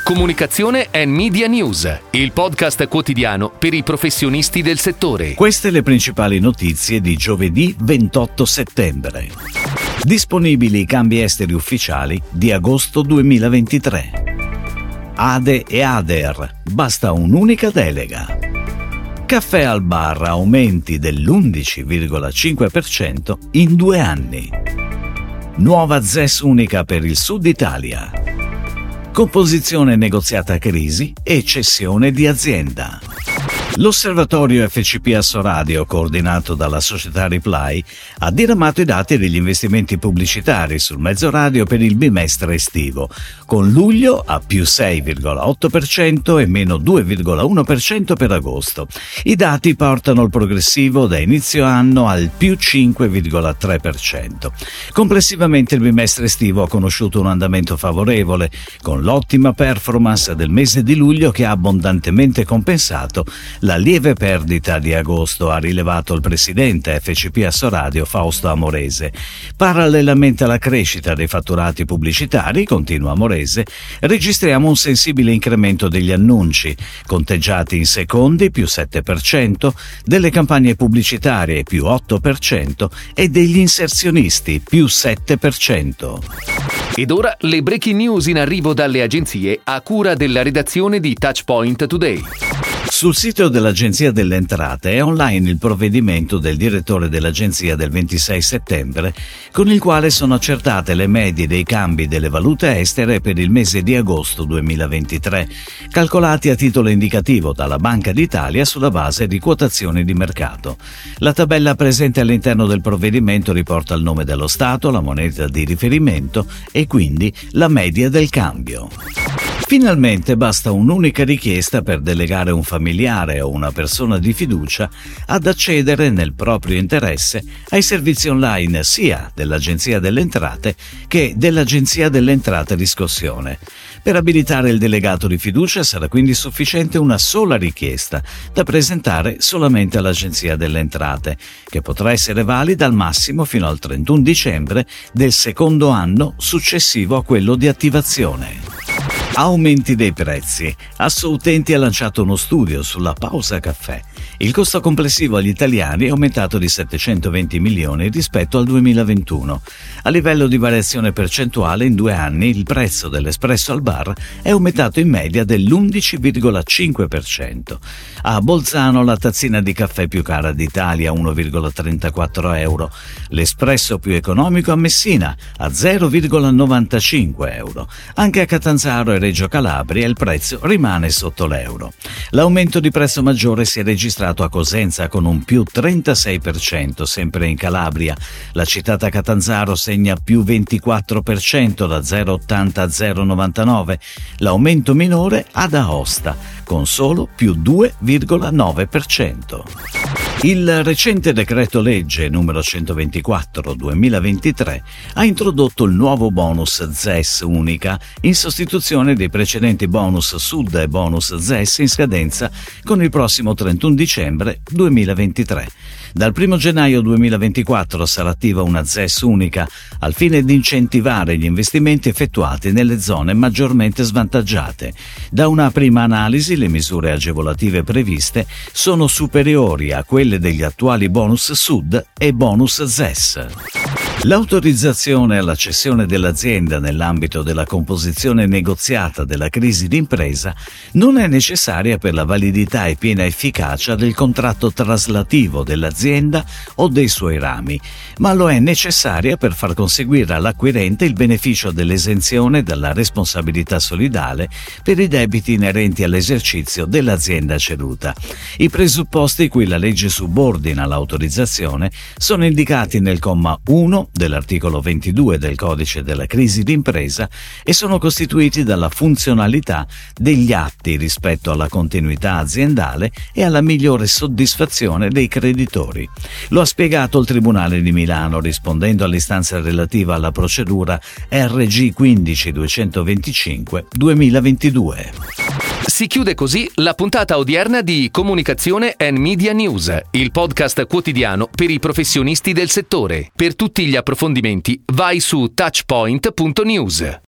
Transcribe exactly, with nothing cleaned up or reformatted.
Comunicazione and Media News, il podcast quotidiano per i professionisti del settore. Queste le principali notizie di giovedì ventotto settembre. Disponibili i cambi esteri ufficiali di agosto duemilaventitré. A D E e A D E R, basta un'unica delega. Caffè al bar, aumenti dell'undici virgola cinque per cento in due anni. Nuova Z E S unica per il Sud Italia. Composizione negoziata crisi e cessione di azienda. L'osservatorio F C P Assoradio, coordinato dalla società Reply, ha diramato i dati degli investimenti pubblicitari sul mezzo radio per il bimestre estivo, con luglio a più sei virgola otto per cento e meno due virgola uno per cento per agosto. I dati portano il progressivo da inizio anno al più cinque virgola tre per cento. Complessivamente il bimestre estivo ha conosciuto un andamento favorevole, con l'ottima performance del mese di luglio che ha abbondantemente compensato la lieve perdita di agosto, ha rilevato il presidente F C P Assoradio Fausto Amorese. Parallelamente alla crescita dei fatturati pubblicitari, continua Amorese, registriamo un sensibile incremento degli annunci, conteggiati in secondi più sette per cento, delle campagne pubblicitarie più otto per cento e degli inserzionisti più sette per cento. Ed ora le breaking news in arrivo dalle agenzie a cura della redazione di Touchpoint Today. Sul sito dell'Agenzia delle Entrate è online il provvedimento del direttore dell'Agenzia del ventisei settembre, con il quale sono accertate le medie dei cambi delle valute estere per il mese di agosto duemilaventitré, calcolati a titolo indicativo dalla Banca d'Italia sulla base di quotazioni di mercato. La tabella presente all'interno del provvedimento riporta il nome dello Stato, la moneta di riferimento e quindi la media del cambio. Finalmente basta un'unica richiesta per delegare un familiare o una persona di fiducia ad accedere nel proprio interesse ai servizi online sia dell'Agenzia delle Entrate che dell'Agenzia delle Entrate Riscossione. Per abilitare il delegato di fiducia sarà quindi sufficiente una sola richiesta da presentare solamente all'Agenzia delle Entrate, che potrà essere valida al massimo fino al trentuno dicembre del secondo anno successivo a quello di attivazione. Aumenti dei prezzi. Assoutenti ha lanciato uno studio sulla pausa caffè. Il costo complessivo agli italiani è aumentato di settecentoventi milioni rispetto al duemilaventuno. A livello di variazione percentuale, in due anni il prezzo dell'espresso al bar è aumentato in media dell'undici virgola cinque per cento. A Bolzano la tazzina di caffè più cara d'Italia, uno virgola trentaquattro euro. L'espresso più economico a Messina, a zero virgola novantacinque euro. Anche a Catanzaro e Reggio Calabria il prezzo rimane sotto l'euro. L'aumento di prezzo maggiore si è registrato a Cosenza con un più trentasei per cento, sempre in Calabria. La citata Catanzaro segna più ventiquattro per cento da zero virgola ottanta a zero virgola novantanove. L'aumento minore ad Aosta con solo più due virgola nove per cento. Il recente decreto legge numero centoventiquattro duemilaventitré ha introdotto il nuovo bonus Z E S unica in sostituzione dei precedenti bonus Sud e bonus Z E S in scadenza con il prossimo trentuno dicembre duemilaventitré. Dal primo gennaio duemilaventiquattro sarà attiva una Z E S unica al fine di incentivare gli investimenti effettuati nelle zone maggiormente svantaggiate. Da una prima analisi le misure agevolative previste sono superiori a quelle degli attuali bonus Sud e bonus Z E S. L'autorizzazione alla cessione dell'azienda nell'ambito della composizione negoziata della crisi d'impresa non è necessaria per la validità e piena efficacia del contratto traslativo dell'azienda o dei suoi rami, ma lo è necessaria per far conseguire all'acquirente il beneficio dell'esenzione dalla responsabilità solidale per i debiti inerenti all'esercizio dell'azienda ceduta. I presupposti cui la legge subordina l'autorizzazione sono indicati nel comma uno dell'articolo ventidue del Codice della crisi d'impresa e sono costituiti dalla funzionalità degli atti rispetto alla continuità aziendale e alla migliore soddisfazione dei creditori. Lo ha spiegato il Tribunale di Milano rispondendo all'istanza relativa alla procedura R G quindici duecentoventicinque duemilaventidue. Si chiude così la puntata odierna di Comunicazione and Media News, il podcast quotidiano per i professionisti del settore. Per tutti gli approfondimenti vai su touchpoint punto news.